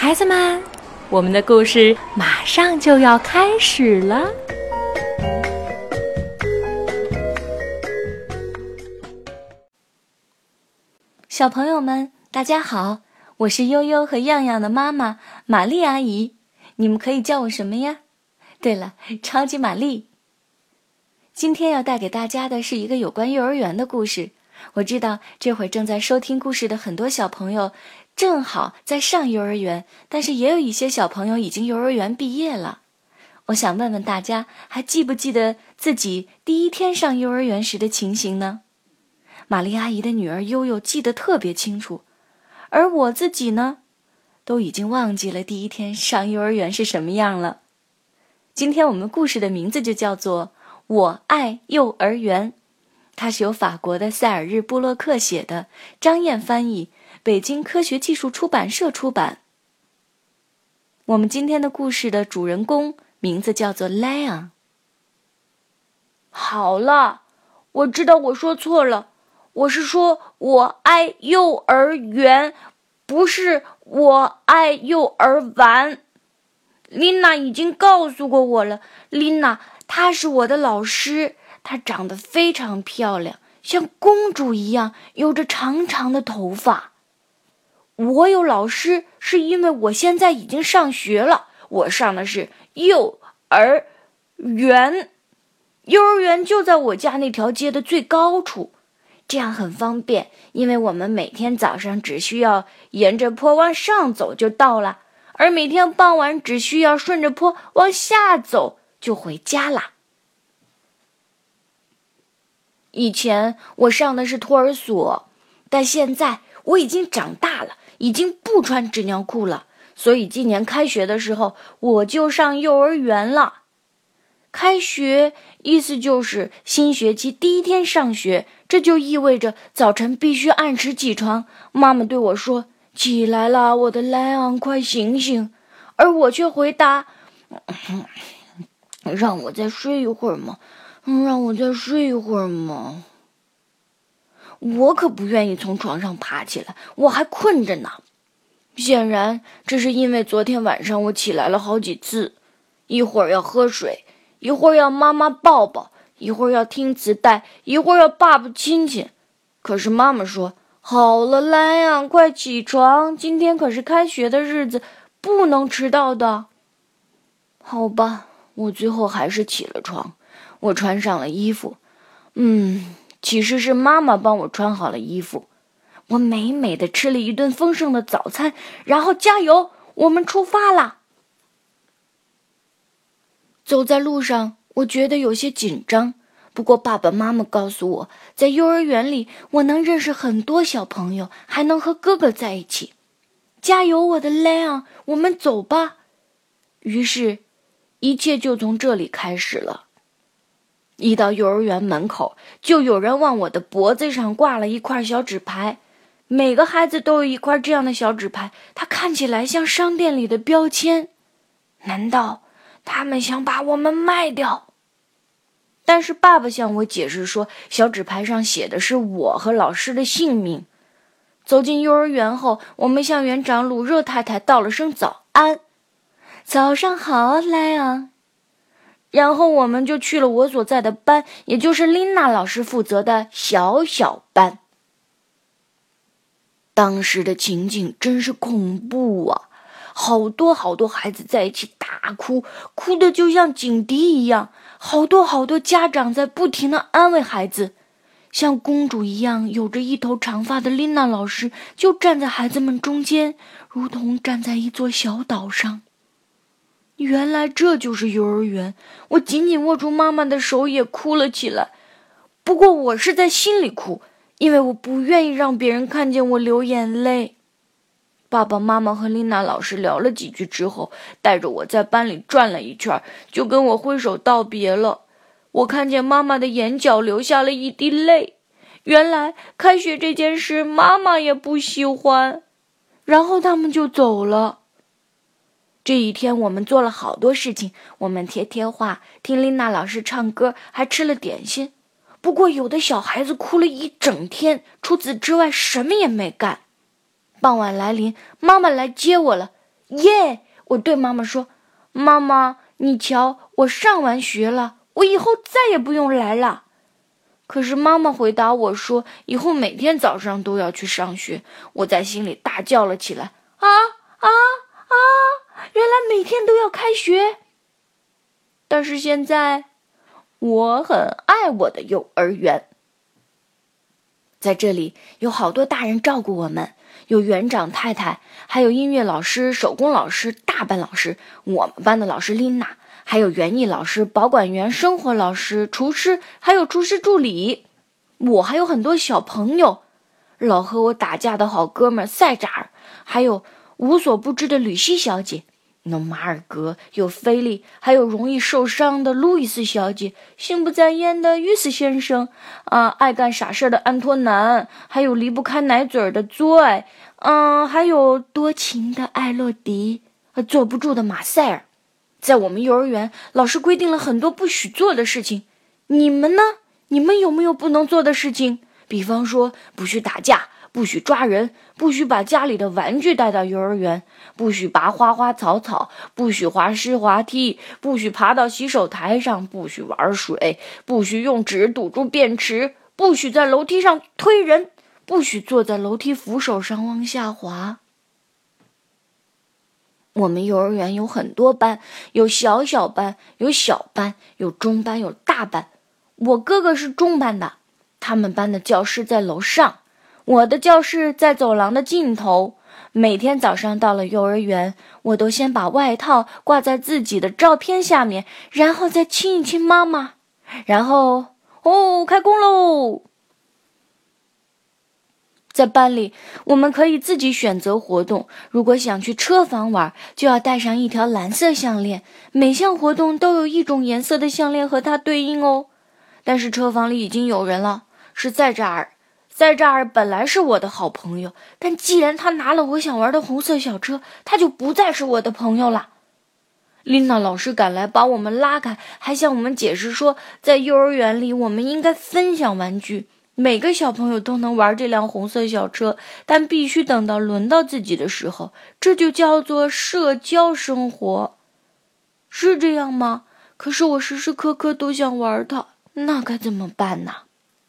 孩子们，我们的故事马上就要开始了。小朋友们，大家好，我是悠悠和样样的妈妈玛丽阿姨，你们可以叫我什么呀？对了，超级玛丽。今天要带给大家的是一个有关幼儿园的故事。我知道这会儿正在收听故事的很多小朋友正好在上幼儿园，但是也有一些小朋友已经幼儿园毕业了。我想问问大家，还记不记得自己第一天上幼儿园时的情形呢？玛丽阿姨的女儿悠悠记得特别清楚，而我自己呢，都已经忘记了第一天上幼儿园是什么样了。今天我们故事的名字就叫做《我爱幼儿园》，它是由法国的塞尔日·布洛克写的，张燕翻译，北京科学技术出版社出版。我们今天的故事的主人公名字叫做莱昂。 好了，我知道我说错了，我是说我爱幼儿园，不是我爱幼儿园。琳娜已经告诉过我了，琳娜她是我的老师，她长得非常漂亮，像公主一样，有着长长的头发。我有老师是因为我现在已经上学了，我上的是幼儿园。幼儿园就在我家那条街的最高处，这样很方便，因为我们每天早上只需要沿着坡往上走就到了，而每天傍晚只需要顺着坡往下走就回家啦。以前我上的是托儿所，但现在我已经长大了，已经不穿纸尿裤了，所以今年开学的时候我就上幼儿园了。开学意思就是新学期第一天上学，这就意味着早晨必须按时起床。妈妈对我说：“起来了，我的莱昂，快醒醒！”而我却回答：“让我再睡一会儿嘛，让我再睡一会儿嘛。”我可不愿意从床上爬起来，我还困着呢。显然，这是因为昨天晚上我起来了好几次，一会儿要喝水，一会儿要妈妈抱抱，一会儿要听磁带，一会儿要爸爸亲亲。可是妈妈说：“好了，莱昂，快起床，今天可是开学的日子，不能迟到的。”好吧，我最后还是起了床，我穿上了衣服。其实是妈妈帮我穿好了衣服。我美美的吃了一顿丰盛的早餐，然后加油，我们出发啦。走在路上，我觉得有些紧张，不过爸爸妈妈告诉我，在幼儿园里我能认识很多小朋友，还能和哥哥在一起。加油，我的莱昂，我们走吧。于是，一切就从这里开始了。一到幼儿园门口，就有人往我的脖子上挂了一块小纸牌。每个孩子都有一块这样的小纸牌，它看起来像商店里的标签。难道他们想把我们卖掉？但是爸爸向我解释说，小纸牌上写的是我和老师的姓名。走进幼儿园后，我们向园长鲁热太太道了声早安。早上好，莱昂。然后我们就去了我所在的班，也就是琳娜老师负责的小小班。当时的情景真是恐怖啊！好多孩子在一起大哭，哭得就像警笛一样。好多家长在不停地安慰孩子。像公主一样有着一头长发的琳娜老师就站在孩子们中间，如同站在一座小岛上。原来这就是幼儿园，我紧紧握住妈妈的手也哭了起来。不过我是在心里哭，因为我不愿意让别人看见我流眼泪。爸爸妈妈和琳娜老师聊了几句之后，带着我在班里转了一圈，就跟我挥手道别了。我看见妈妈的眼角流下了一滴泪，原来开学这件事妈妈也不喜欢。然后他们就走了。这一天我们做了好多事情，我们贴画，听琳娜老师唱歌，还吃了点心。不过有的小孩子哭了一整天，除此之外什么也没干。傍晚来临，妈妈来接我了， 耶！我对妈妈说，妈妈，你瞧，我上完学了，我以后再也不用来了。可是妈妈回答我说，以后每天早上都要去上学。我在心里大叫了起来，啊！原来每天都要开学。但是现在，我很爱我的幼儿园。在这里有好多大人照顾我们，有园长太太，还有音乐老师、手工老师、大班老师，我们班的老师琳娜，还有园艺老师、保管员、生活老师、厨师，还有厨师助理。我还有很多小朋友，老和我打架的好哥们塞扎尔，还有无所不知的吕西小姐，有马尔格，有菲利，还有容易受伤的路易斯小姐，心不在焉的约斯先生，爱干傻事的安托南，还有离不开奶嘴的佐艾，还有多情的艾洛迪，坐不住的马塞尔。在我们幼儿园，老师规定了很多不许做的事情。你们呢？你们有没有不能做的事情？比方说，不许打架，不许抓人，不许把家里的玩具带到幼儿园，不许拔花花草草，不许滑湿滑梯，不许爬到洗手台上，不许玩水，不许用纸堵住便池，不许在楼梯上推人，不许坐在楼梯扶手上往下滑。我们幼儿园有很多班，有小班，有小班，有中班，有大班。我哥哥是中班的，他们班的教室在楼上，我的教室在走廊的尽头。每天早上到了幼儿园，我都先把外套挂在自己的照片下面，然后再亲一亲妈妈，然后开工喽。在班里，我们可以自己选择活动。如果想去车房玩，就要带上一条蓝色项链，每项活动都有一种颜色的项链和它对应哦。但是车房里已经有人了，是塞扎尔。塞扎尔本来是我的好朋友，但既然他拿了我想玩的红色小车，他就不再是我的朋友了。琳娜老师赶来把我们拉开，还向我们解释说，在幼儿园里我们应该分享玩具，每个小朋友都能玩这辆红色小车，但必须等到轮到自己的时候，这就叫做社交生活。是这样吗？可是我时时刻刻都想玩它，那该怎么办呢？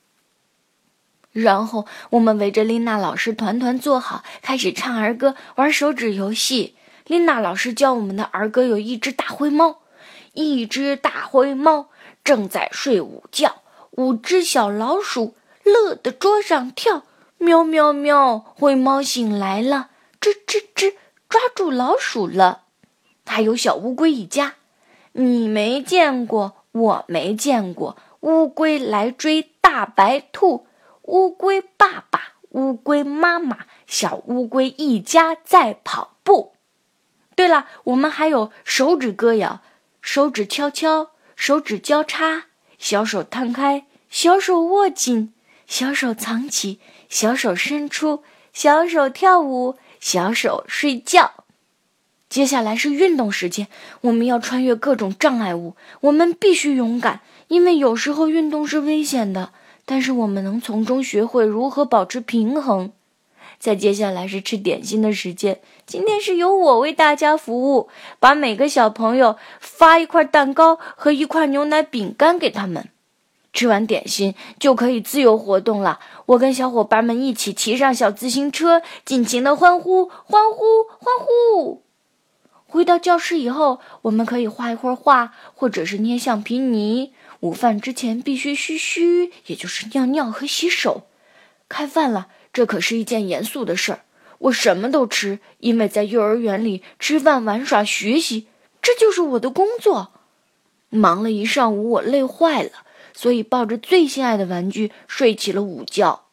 然后我们围着琳娜老师团团坐好，开始唱儿歌，玩手指游戏。琳娜老师教我们的儿歌有一只大灰猫，一只大灰猫正在睡午觉，5只小老鼠乐得桌上跳，喵喵喵，灰猫醒来了，吱吱吱，抓住老鼠了。还有小乌龟一家，你没见过，我没见过，乌龟来追大白兔，乌龟爸爸，乌龟妈妈，小乌龟一家在跑步。对了，我们还有手指歌谣，手指敲敲，手指交叉，小手摊开，小手握紧，小手藏起，小手伸出，小手跳舞，小手睡觉。接下来是运动时间，我们要穿越各种障碍物，我们必须勇敢，因为有时候运动是危险的，但是我们能从中学会如何保持平衡。再接下来是吃点心的时间，今天是由我为大家服务，把每个小朋友发一块蛋糕和一块牛奶饼干给他们。吃完点心就可以自由活动了，我跟小伙伴们一起骑上小自行车，尽情的欢呼欢呼欢呼。回到教室以后，我们可以画一会儿画，或者是捏橡皮泥。午饭之前必须嘘嘘，也就是尿尿和洗手。开饭了，这可是一件严肃的事儿。我什么都吃，因为在幼儿园里吃饭、玩耍、学习，这就是我的工作。忙了一上午，我累坏了，所以抱着最心爱的玩具睡起了午觉。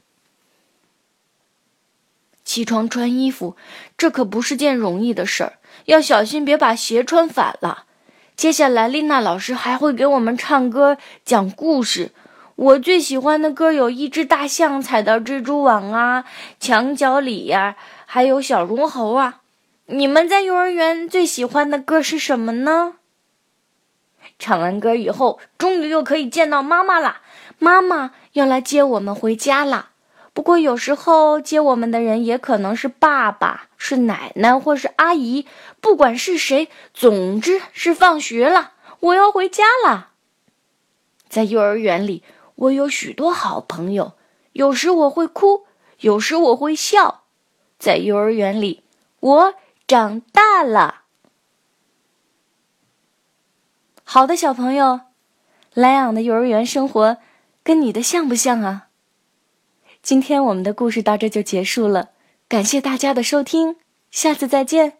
起床穿衣服，这可不是件容易的事儿，要小心别把鞋穿反了。接下来丽娜老师还会给我们唱歌讲故事，我最喜欢的歌有一只大象踩到蜘蛛网啊，墙角里呀，还有小绒猴啊。你们在幼儿园最喜欢的歌是什么呢？唱完歌以后，终于又可以见到妈妈啦，妈妈要来接我们回家啦。 不过有时候接我们的人也可能是爸爸、是奶奶或是阿姨，不管是谁，总之是放学了，我要回家了。在幼儿园里，我有许多好朋友，有时我会哭，有时我会笑。在幼儿园里，我长大了。好的，小朋友，莱昂的幼儿园生活跟你的像不像啊？今天我们的故事到这就结束了，感谢大家的收听，下次再见。